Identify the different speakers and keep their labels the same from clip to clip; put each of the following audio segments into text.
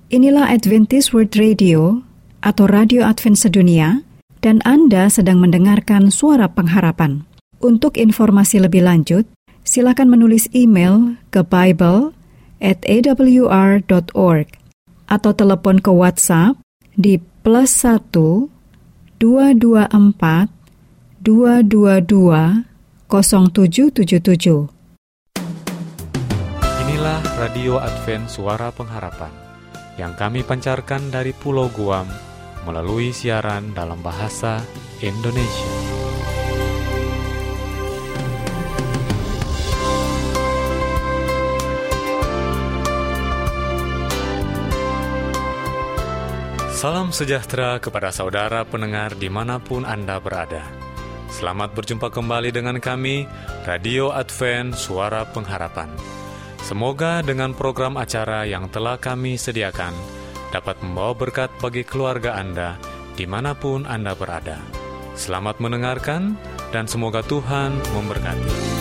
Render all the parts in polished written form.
Speaker 1: Inilah Adventist World Radio atau Radio Advent Sedunia, dan Anda sedang mendengarkan Suara Pengharapan. Untuk informasi lebih lanjut, silakan menulis email ke bible@awr.org atau telepon ke WhatsApp di +1 224 222 0777.
Speaker 2: Inilah Radio Advent Suara Pengharapan yang kami pancarkan dari Pulau Guam melalui siaran dalam bahasa Indonesia. Salam sejahtera kepada saudara pendengar dimanapun Anda berada. Selamat berjumpa kembali dengan kami, Radio Advent Suara Pengharapan. Semoga dengan program acara yang telah kami sediakan dapat membawa berkat bagi keluarga Anda dimanapun Anda berada. Selamat mendengarkan dan semoga Tuhan memberkati.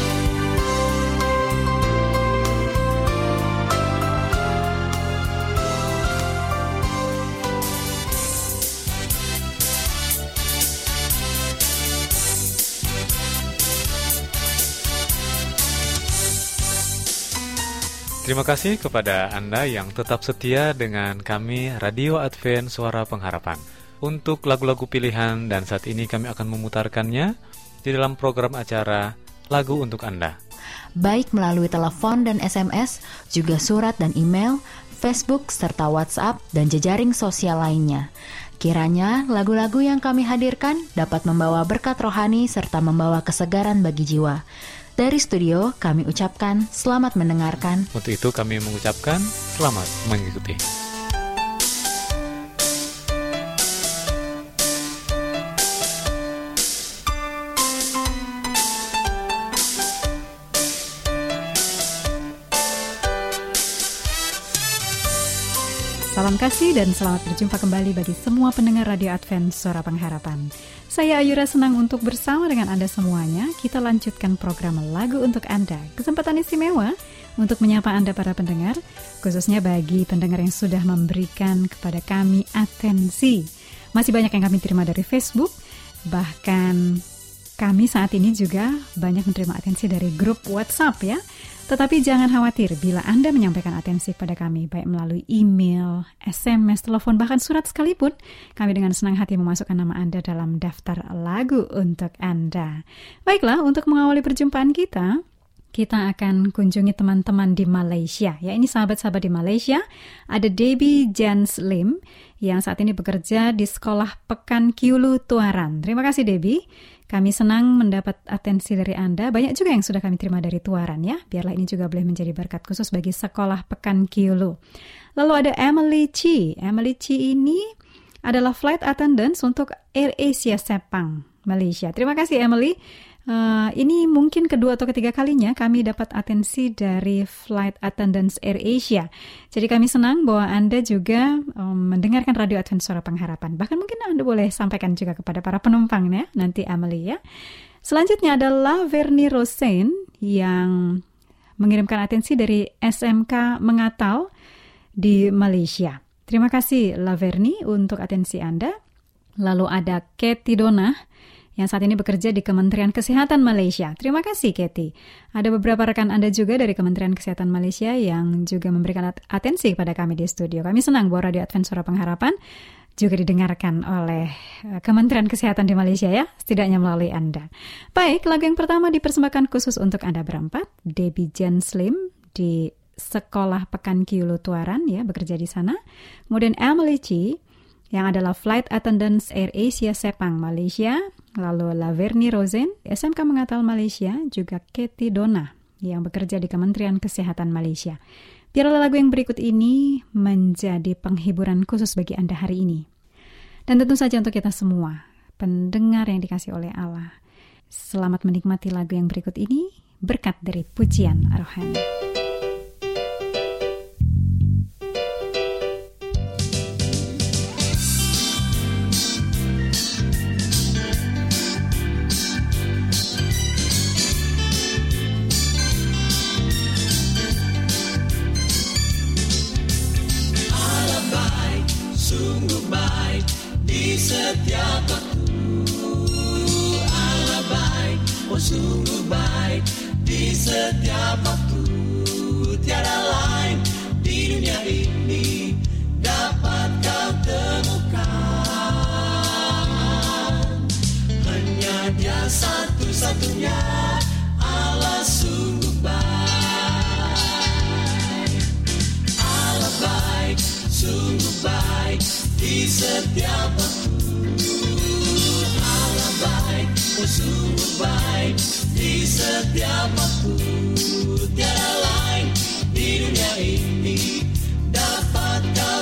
Speaker 2: Terima kasih kepada Anda yang tetap setia dengan kami Radio Advent Suara Pengharapan. Untuk lagu-lagu pilihan dan saat ini kami akan memutarkannya di dalam program acara Lagu Untuk Anda.
Speaker 3: Baik melalui telepon dan SMS, juga surat dan email, Facebook serta WhatsApp dan jejaring sosial lainnya. Kiranya lagu-lagu yang kami hadirkan dapat membawa berkat rohani serta membawa kesegaran bagi jiwa. Dari studio, kami ucapkan selamat mendengarkan.
Speaker 2: Untuk itu kami mengucapkan selamat mengikuti.
Speaker 1: Salam kasih dan selamat berjumpa kembali bagi semua pendengar Radio Advent Suara Pengharapan. Saya Ayura senang untuk bersama dengan Anda semuanya. Kita lanjutkan program Lagu Untuk Anda. Kesempatan istimewa untuk menyapa Anda para pendengar, khususnya bagi pendengar yang sudah memberikan kepada kami atensi. Masih banyak yang kami terima dari Facebook, bahkan kami saat ini juga banyak menerima atensi dari grup WhatsApp ya. Tetapi jangan khawatir bila Anda menyampaikan atensi kepada kami, baik melalui email, SMS, telepon, bahkan surat sekalipun, kami dengan senang hati memasukkan nama Anda dalam daftar lagu untuk Anda. Baiklah, untuk mengawali perjumpaan kita akan kunjungi teman-teman di Malaysia. Ya, ini sahabat-sahabat di Malaysia, ada Debbie Jens Lim yang saat ini bekerja di Sekolah Pekan Kiulu Tuaran. Terima kasih Debbie. Kami senang mendapat atensi dari Anda. Banyak juga yang sudah kami terima dari Tuaran ya. Biarlah ini juga boleh menjadi berkat khusus bagi Sekolah Pekan Kiulu. Lalu ada Emily Chi. Emily Chi ini adalah flight attendant untuk Air Asia Sepang, Malaysia. Terima kasih Emily. Ini mungkin kedua atau ketiga kalinya kami dapat atensi dari Flight Attendants Air Asia. Jadi kami senang bahwa Anda juga mendengarkan Radio Advent Suara Pengharapan. Bahkan mungkin Anda boleh sampaikan juga kepada para penumpang ya, nanti Amelie ya. Selanjutnya adalah Verni Rosen yang mengirimkan atensi dari SMK Mengatal di Malaysia. Terima kasih Laverni untuk atensi Anda. Lalu ada Katie Donah yang saat ini bekerja di Kementerian Kesehatan Malaysia. Terima kasih, Katie. Ada beberapa rekan Anda juga dari Kementerian Kesehatan Malaysia yang juga memberikan atensi kepada kami di studio. Kami senang bahwa Radio Advent Suara Pengharapan juga didengarkan oleh Kementerian Kesehatan di Malaysia ya, setidaknya melalui Anda. Baik, lagu yang pertama dipersembahkan khusus untuk Anda berempat. Debbie Jens Lim di Sekolah Pekan Kiulu Tuaran, ya, bekerja di sana. Kemudian Emily Chi, yang adalah Flight Attendants Air Asia Sepang, Malaysia. Lalu Laverni Rosen, SMK Mengatal Malaysia, juga Katie Donah yang bekerja di Kementerian Kesehatan Malaysia. Biarlah lagu yang berikut ini menjadi penghiburan khusus bagi Anda hari ini. Dan tentu saja untuk kita semua, pendengar yang dikasihi oleh Allah. Selamat menikmati lagu yang berikut ini, berkat dari pujian rohani.
Speaker 4: Allah sungguh baik di setiap waktu. Allah baik, oh sungguh baik di setiap waktu. Tiada lain di dunia ini dapat kau temukan. Hanya Dia satu-satunya Allah sungguh baik. Allah baik, sungguh baik di setiap waktu. Allah baik, oh sungguh baik di setiap waktu. Tiada lain di dunia ini dapat kau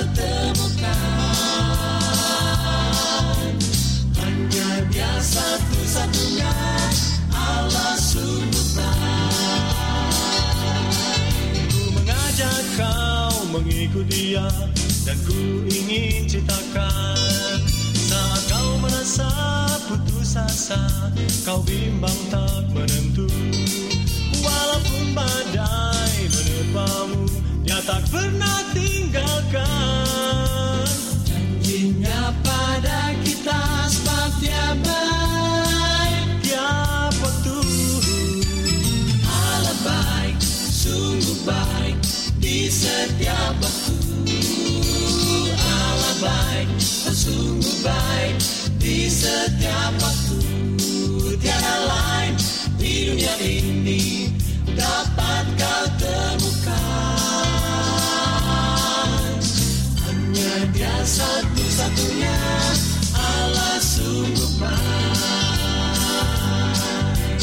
Speaker 4: temukan. Hanya Dia satu-satunya Allah sungguh baik. Ku mengajak kau mengikut Dia, dan ku ingin ceritakan. Saat kau merasa putus asa, kau bimbang tak menentu, walaupun badai menerpamu, Dia tak pernah tinggalkan. Janjinya pada kita sebab Dia baik tiap waktu. Allah baik, sungguh baik di setiap waktu. Allah baik, sungguh baik di setiap waktu. Tiada lain di dunia ini dapat kau temukan. Hanya Dia satu-satunya Allah sungguh baik.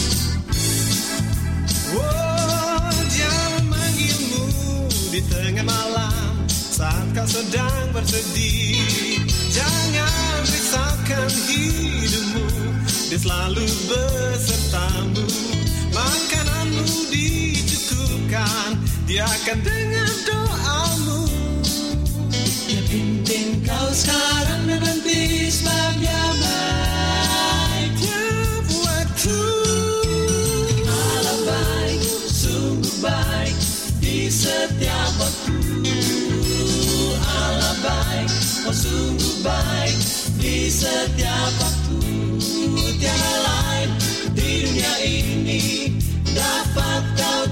Speaker 4: Oh, Dia memanggilmu di tengah malam saat kau sedang bersedih. Jangan risaukan hidupmu, Dia selalu besertamu. Makananmu dicukupkan, Dia akan dengar doamu. Dia pimpin kau sekarang dan nanti sebab Dia baik tiap waktu. Allah baik, sungguh baik di setiap waktu. Allah baik, oh sungguh baik di setiap waktu. Tiada lain di dunia ini dapat kau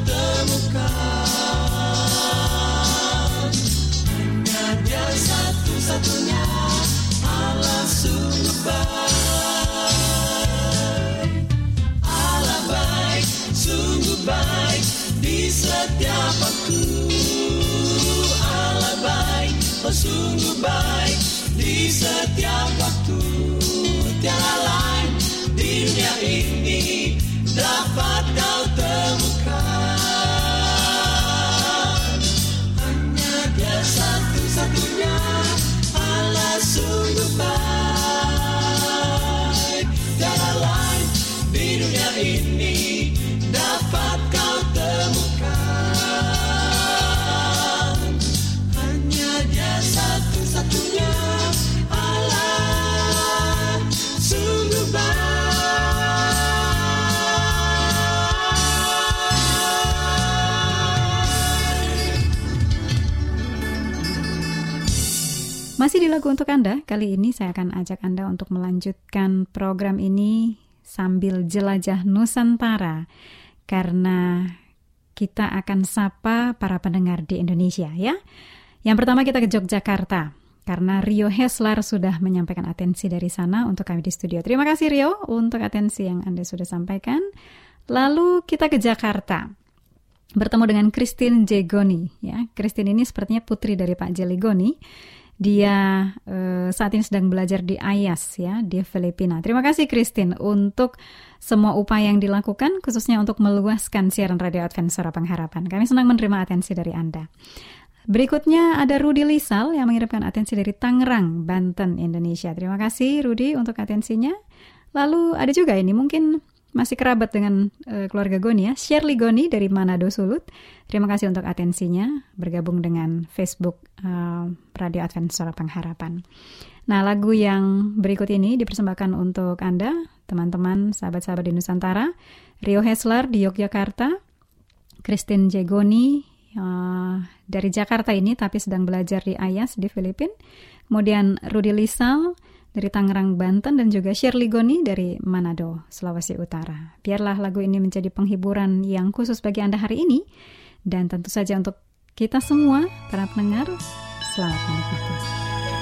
Speaker 4: temukan. Hanya Dia satu-satunya Allah sungguh baik. Allah baik, sungguh baik di setiap waktu. Allah baik, oh sungguh baik di setiap waktu. Tiada lain di dunia ini dapat kau temukan. Hanya Dia satu-satunya Allah sungguh baik. Tiada lain di dunia ini dapat kau temukan. Hanya Dia satu-satunya Allah sungguh baik.
Speaker 1: Masih di lagu untuk Anda, kali ini saya akan ajak Anda untuk melanjutkan program ini sambil jelajah Nusantara, karena kita akan sapa para pendengar di Indonesia ya. Yang pertama kita ke Yogyakarta, karena Rio Heslar sudah menyampaikan atensi dari sana untuk kami di studio. Terima kasih Rio untuk atensi yang Anda sudah sampaikan. Lalu kita ke Jakarta, bertemu dengan Christine Jegoni ya. Christine ini sepertinya putri dari Pak Jeligoni. Dia saat ini sedang belajar di Ayas ya, di Filipina. Terima kasih Christine untuk semua upaya yang dilakukan, khususnya untuk meluaskan siaran Radio Advent Suara Pengharapan. Kami senang menerima atensi dari Anda. Berikutnya ada Rudy Lisal yang mengirimkan atensi dari Tangerang, Banten, Indonesia. Terima kasih Rudy untuk atensinya. Lalu ada juga ini mungkin masih kerabat dengan keluarga Goni ya, Shirley Goni dari Manado, Sulut. Terima kasih untuk atensinya bergabung dengan Facebook Radio Advent Suara Pengharapan. Nah, lagu yang berikut ini dipersembahkan untuk Anda, teman-teman, sahabat-sahabat di Nusantara. Rio Heslar di Yogyakarta, Christine Jegoni dari Jakarta ini tapi sedang belajar di Ayas di Filipina. kemudian Rudy Lisal dari Tangerang, Banten, dan juga Shirley Goni dari Manado, Sulawesi Utara. Biarlah lagu ini menjadi penghiburan yang khusus bagi Anda hari ini, dan tentu saja untuk kita semua, para pendengar, selamat menikmati.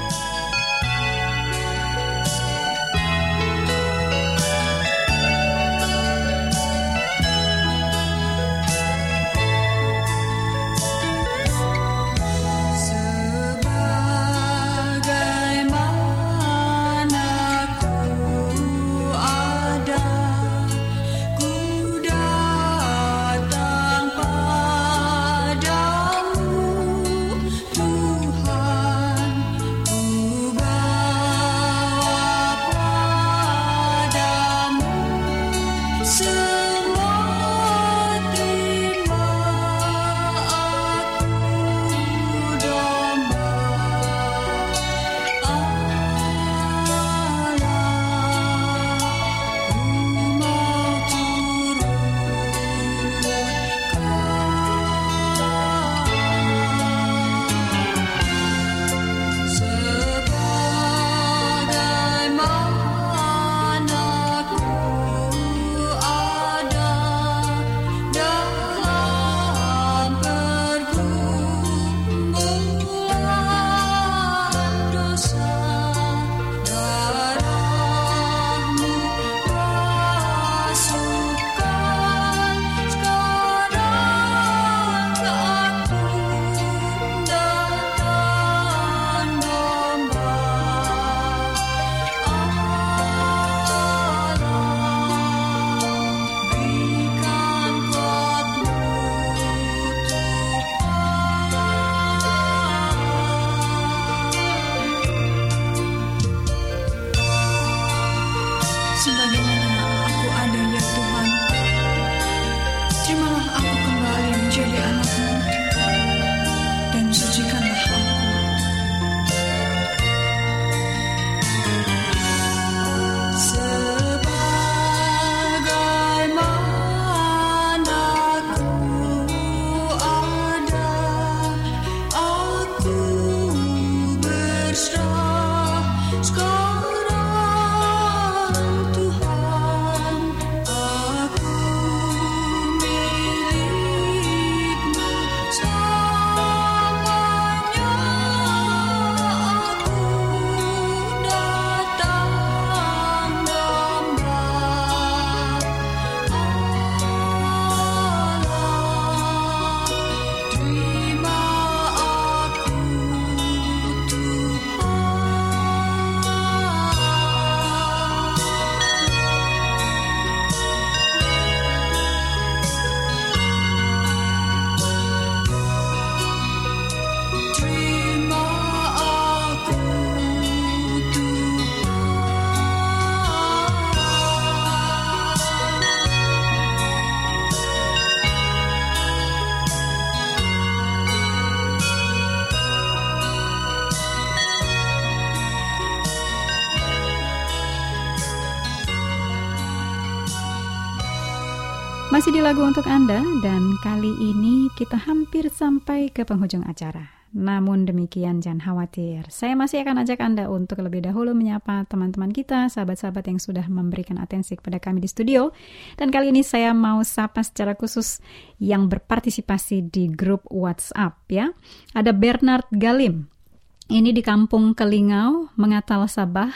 Speaker 1: Masih di lagu untuk Anda, dan kali ini kita hampir sampai ke penghujung acara. Namun demikian jangan khawatir, saya masih akan ajak Anda untuk lebih dahulu menyapa teman-teman kita, sahabat-sahabat yang sudah memberikan atensi kepada kami di studio. Dan kali ini saya mau sapa secara khusus yang berpartisipasi di grup WhatsApp ya. Ada Bernard Galim, ini di Kampung Kelingau, Mengatal, Sabah,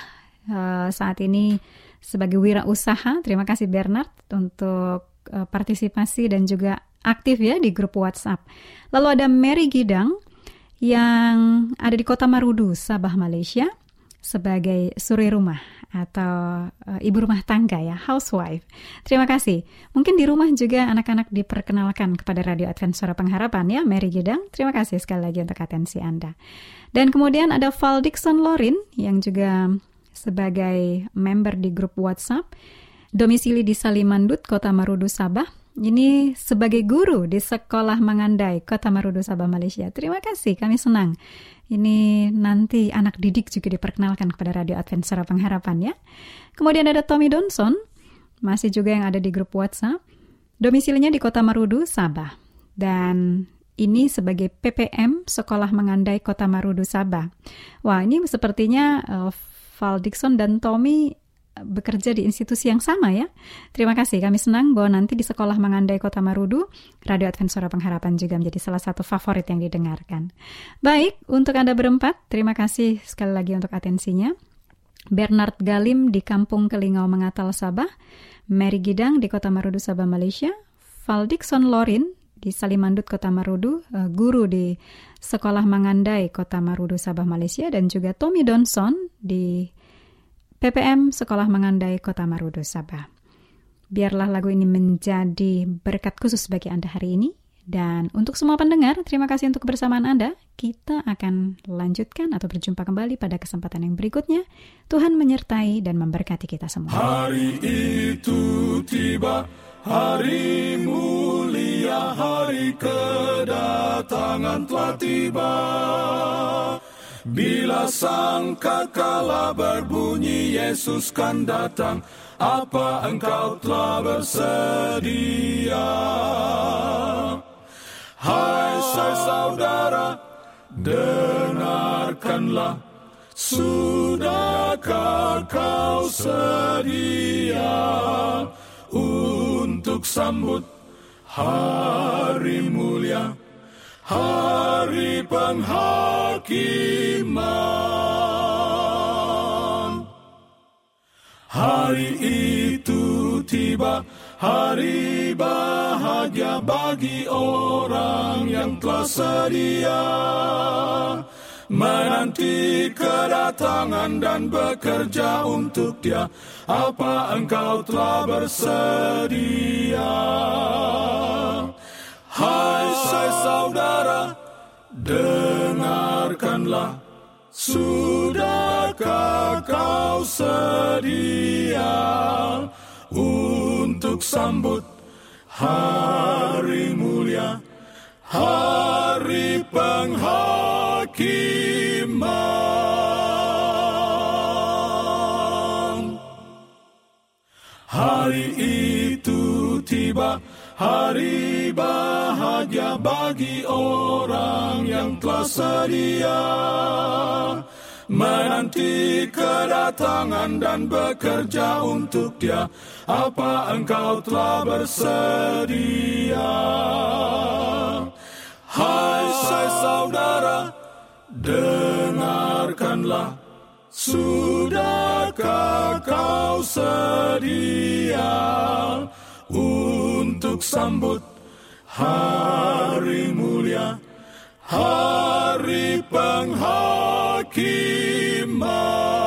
Speaker 1: saat ini sebagai wirausaha. Terima kasih Bernard untuk partisipasi dan juga aktif ya di grup WhatsApp. Lalu ada Mary Gidang yang ada di Kota Marudu, Sabah, Malaysia, sebagai suri rumah atau ibu rumah tangga ya, housewife. Terima kasih. Mungkin di rumah juga anak-anak diperkenalkan kepada Radio Advent Suara Pengharapan ya, Mary Gidang. Terima kasih sekali lagi untuk atensi Anda. Dan kemudian ada Val Dixon Lorin yang juga sebagai member di grup WhatsApp, domisili di Salimandut, Kota Marudu, Sabah. Ini sebagai guru di Sekolah Mangandai, Kota Marudu, Sabah, Malaysia. Terima kasih, kami senang. Ini nanti anak didik juga diperkenalkan kepada Radio Advent Suara Pengharapan ya. Kemudian ada Tommy Donson, masih juga yang ada di grup WhatsApp. Domisilinya di Kota Marudu, Sabah. Dan ini sebagai PPM Sekolah Mengandai Kota Marudu, Sabah. Wah, ini sepertinya Val Dixon dan Tommy bekerja di institusi yang sama ya. Terima kasih, kami senang bahwa nanti di Sekolah Mengandai Kota Marudu, Radio Advent Suara Pengharapan juga menjadi salah satu favorit yang didengarkan. Baik, untuk Anda berempat, terima kasih sekali lagi untuk atensinya. Bernard Galim di Kampung Kelingau Mengatal, Sabah. Mary Gidang di Kota Marudu, Sabah, Malaysia. Val Dixon Lorin di Salimandut, Kota Marudu, guru di Sekolah Mengandai Kota Marudu, Sabah, Malaysia. Dan juga Tommy Donson di PPM Sekolah Mengandai Kota Marudu, Sabah. Biarlah lagu ini menjadi berkat khusus bagi Anda hari ini. Dan untuk semua pendengar, terima kasih untuk kebersamaan Anda. Kita akan lanjutkan atau berjumpa kembali pada kesempatan yang berikutnya. Tuhan menyertai dan memberkati kita semua.
Speaker 5: Hari itu tiba, hari mulia, hari kedatangan telah tiba. Bila sangkakala berbunyi Yesus kan datang, apa engkau telah bersedia? Hai saudara, dengarkanlah, sudahkah kau sedia untuk sambut hari mulia, hari penghakiman? Hari itu tiba, hari bahagia bagi orang yang telah sedia menanti kedatangan dan bekerja untuk Dia. Apa engkau telah bersedia? Hai saudara, dengarkanlah, sudahkah kau sedia untuk sambut hari mulia, hari penghakiman? Hari itu tiba, hari bahagia bagi orang yang telah sedia menanti kedatangan dan bekerja untuk Dia. Apa engkau telah bersedia? Hai saudara, dengarkanlah, sudahkah kau sedia untuk sambut hari mulia, hari penghakiman?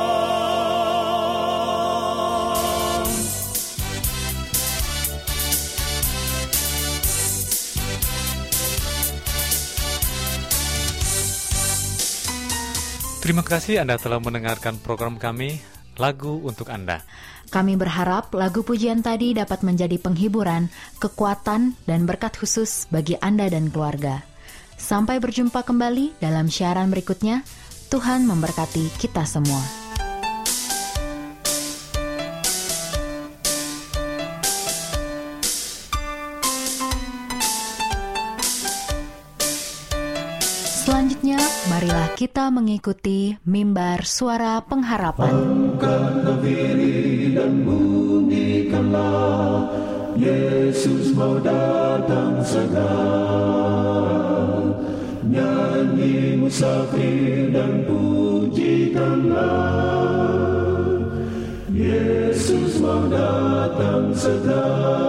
Speaker 2: Terima kasih Anda telah mendengarkan program kami, Lagu Untuk Anda.
Speaker 3: Kami berharap lagu pujian tadi dapat menjadi penghiburan, kekuatan, dan berkat khusus bagi Anda dan keluarga. Sampai berjumpa kembali dalam siaran berikutnya. Tuhan memberkati kita semua. Selanjutnya, marilah kita mengikuti mimbar suara pengharapan.
Speaker 5: Angkatlah diri dan bunyikanlah, Yesus mau datang segera. Nyanyi musafir dan pujikanlah, Yesus mau datang segera.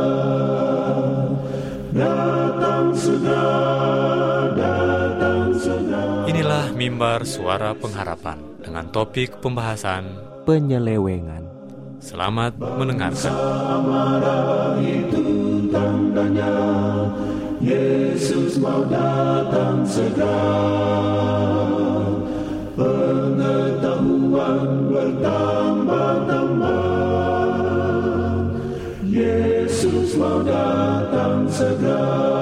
Speaker 5: Datang segera, datang segera.
Speaker 2: Inilah mimbar suara pengharapan dengan topik pembahasan
Speaker 6: penyelewengan.
Speaker 2: Selamat mendengarkan.
Speaker 5: Amarah itu tandanya, Yesus mau datang segera. Pengetahuan bertambah-tambah, Yesus mau datang segera.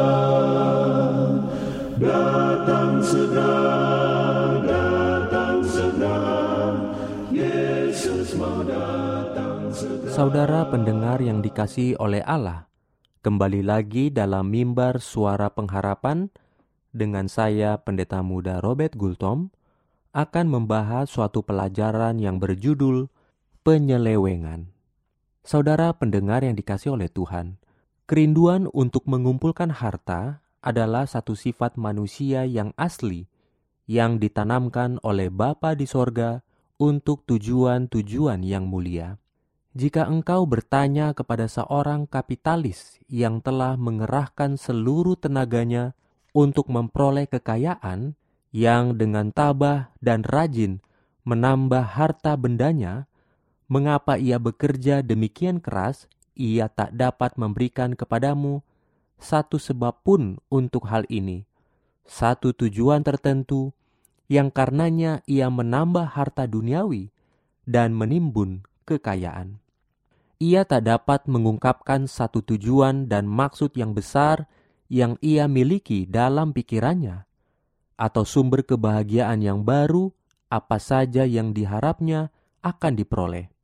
Speaker 5: Datang segera, datang segera, Yesus mau datang segera.
Speaker 6: Saudara pendengar yang dikasihi oleh Allah, kembali lagi dalam mimbar suara pengharapan dengan saya Pendeta Muda Robert Gultom akan membahas suatu pelajaran yang berjudul penyelewengan. Saudara pendengar yang dikasihi oleh Tuhan, kerinduan untuk mengumpulkan harta adalah satu sifat manusia yang asli yang ditanamkan oleh Bapa di sorga untuk tujuan-tujuan yang mulia. Jika engkau bertanya kepada seorang kapitalis yang telah mengerahkan seluruh tenaganya untuk memperoleh kekayaan, yang dengan tabah dan rajin menambah harta bendanya, mengapa ia bekerja demikian keras, ia tak dapat memberikan kepadamu satu sebab pun untuk hal ini, satu tujuan tertentu yang karenanya ia menambah harta duniawi dan menimbun kekayaan. Ia tak dapat mengungkapkan satu tujuan dan maksud yang besar yang ia miliki dalam pikirannya, atau sumber kebahagiaan yang baru apa saja yang diharapnya akan diperoleh.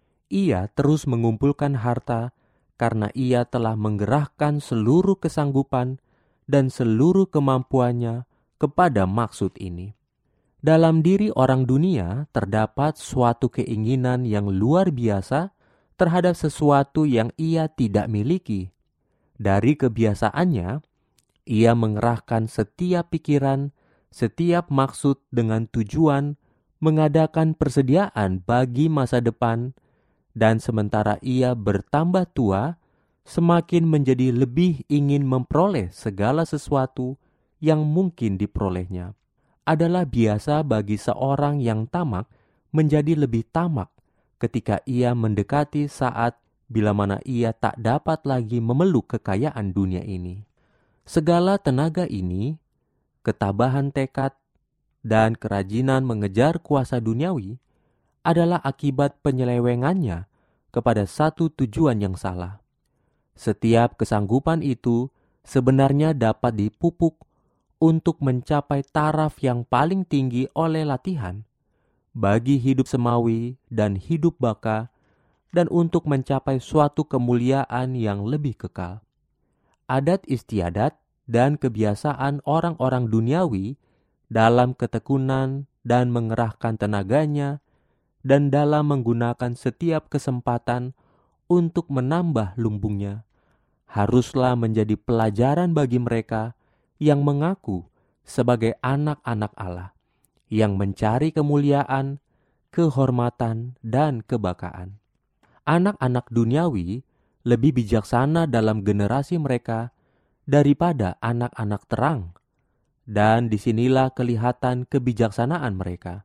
Speaker 6: Ia terus mengumpulkan harta karena ia telah menggerahkan seluruh kesanggupan dan seluruh kemampuannya kepada maksud ini. Dalam diri orang dunia terdapat suatu keinginan yang luar biasa terhadap sesuatu yang ia tidak miliki. Dari kebiasaannya, ia mengerahkan setiap pikiran, setiap maksud dengan tujuan mengadakan persediaan bagi masa depan, dan sementara ia bertambah tua, semakin menjadi lebih ingin memperoleh segala sesuatu yang mungkin diperolehnya. Adalah biasa bagi seorang yang tamak menjadi lebih tamak ketika ia mendekati saat bila mana ia tak dapat lagi memeluk kekayaan dunia ini. Segala tenaga ini, ketabahan tekad, dan kerajinan mengejar kuasa duniawi adalah akibat penyelewengannya kepada satu tujuan yang salah. Setiap kesanggupan itu sebenarnya dapat dipupuk untuk mencapai taraf yang paling tinggi oleh latihan bagi hidup semawi dan hidup baka, dan untuk mencapai suatu kemuliaan yang lebih kekal. Adat istiadat dan kebiasaan orang-orang duniawi dalam ketekunan dan mengerahkan tenaganya dan dalam menggunakan setiap kesempatan untuk menambah lumbungnya haruslah menjadi pelajaran bagi mereka yang mengaku sebagai anak-anak Allah, yang mencari kemuliaan, kehormatan, dan kebakaan. Anak-anak duniawi lebih bijaksana dalam generasi mereka daripada anak-anak terang, dan disinilah kelihatan kebijaksanaan mereka.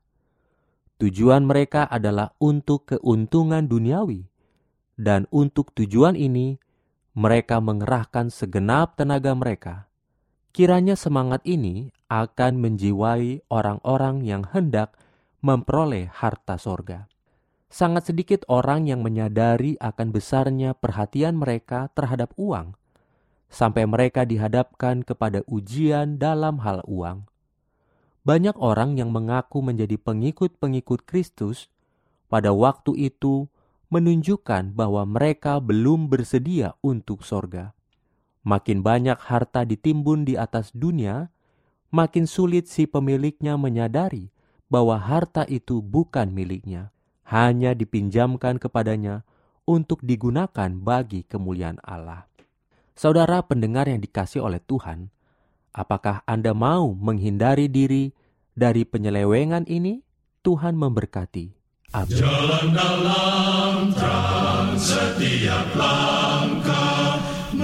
Speaker 6: Tujuan mereka adalah untuk keuntungan duniawi, dan untuk tujuan ini mereka mengerahkan segenap tenaga mereka. Kiranya semangat ini akan menjiwai orang-orang yang hendak memperoleh harta sorga. Sangat sedikit orang yang menyadari akan besarnya perhatian mereka terhadap uang, sampai mereka dihadapkan kepada ujian dalam hal uang. Banyak orang yang mengaku menjadi pengikut-pengikut Kristus pada waktu itu menunjukkan bahwa mereka belum bersedia untuk sorga. Makin banyak harta ditimbun di atas dunia, makin sulit si pemiliknya menyadari bahwa harta itu bukan miliknya, hanya dipinjamkan kepadanya untuk digunakan bagi kemuliaan Allah. Saudara pendengar yang dikasihi oleh Tuhan, apakah Anda mau menghindari diri dari penyelewengan ini? Tuhan memberkati. Amin.
Speaker 5: Jalan dalam terang setiap langkah,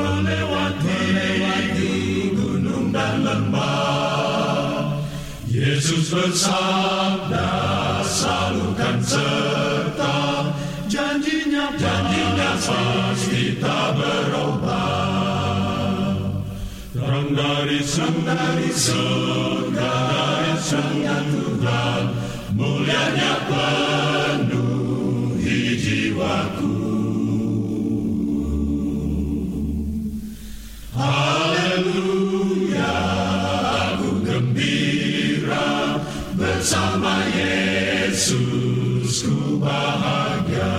Speaker 5: melewati gunung dan lembah. Yesus bersabda selalu kan serta, janjinya pasti tak berubah. Terang dari surga Tuhan, mulianya penuhi jiwaku. Haleluya, aku gembira bersama Yesus, ku bahagia.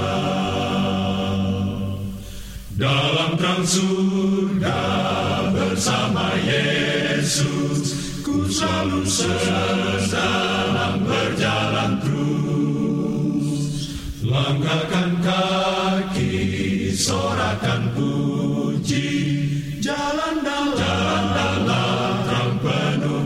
Speaker 5: Dalam terang surga bersama Yesus, selalu sedang berjalan terus. Langkahkan kaki, sorakan puji, jalan dalam terang penuh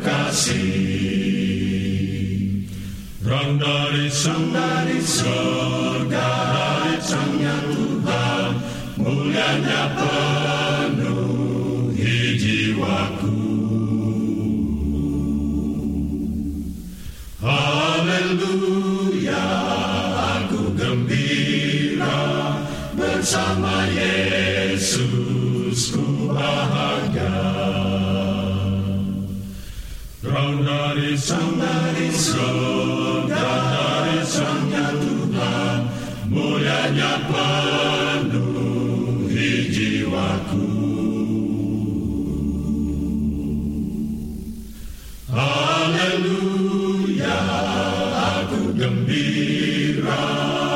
Speaker 5: kasih. Terang dari surga, dari terangnya Tuhan, mulianya penuhi jiwaku. Haleluya, aku gembira, bersama Yesus ku bahagia. Terang dari surga, dari terangnya Tuhan, mulianya penuhi jiwaku. Haleluya, aku gembira,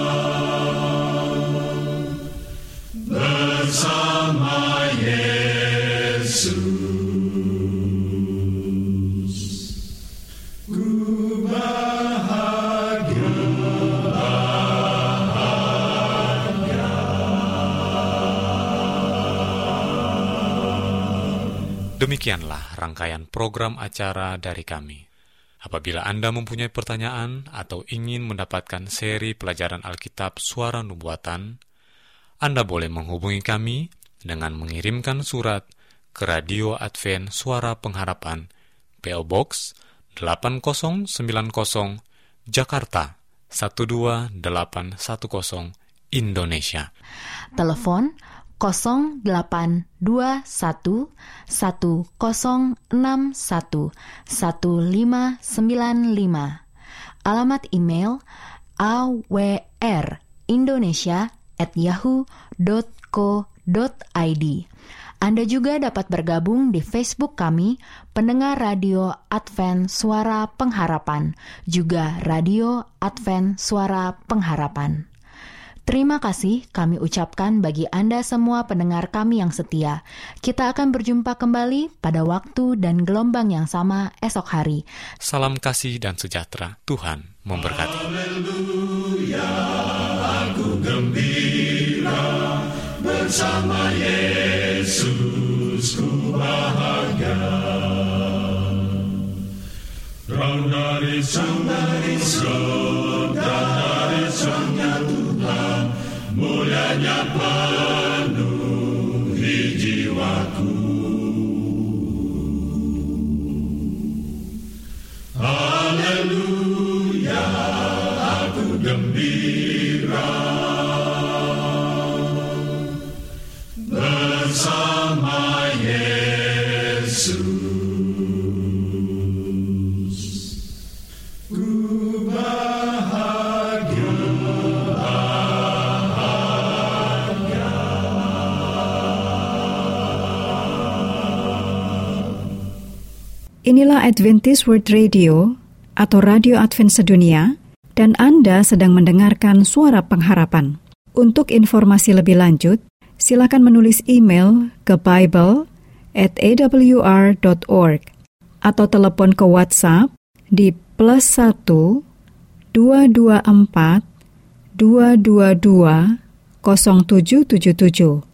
Speaker 5: bersama Yesus ku bahagia.
Speaker 2: Demikianlah rangkaian program acara dari kami. Apabila Anda mempunyai pertanyaan atau ingin mendapatkan seri pelajaran Alkitab Suara Nubuatan, Anda boleh menghubungi kami dengan mengirimkan surat ke Radio Advent Suara Pengharapan, P.O. Box 8090, Jakarta 12810, Indonesia.
Speaker 3: Telepon 082110611595. Alamat email awrindonesia@yahoo.co.id. Anda juga dapat bergabung di Facebook kami, Pendengar Radio Advent Suara Pengharapan, juga Radio Advent Suara Pengharapan. Terima kasih kami ucapkan bagi Anda semua pendengar kami yang setia. Kita akan berjumpa kembali pada waktu dan gelombang yang sama esok hari.
Speaker 2: Salam kasih dan sejahtera. Tuhan memberkati.
Speaker 5: Haleluya, aku gembira, bersama Yesus ku bahagia. Terang dari surga, dari terangnya Tuhan, mulianya penuhi jiwaku. Haleluya, aku gembira, bersama Yesus.
Speaker 1: Inilah Adventist World Radio atau Radio Advent Sedunia, dan Anda sedang mendengarkan Suara Pengharapan. Untuk informasi lebih lanjut, silakan menulis email ke bible@awr.org atau telepon ke WhatsApp di +1 224 222 0777.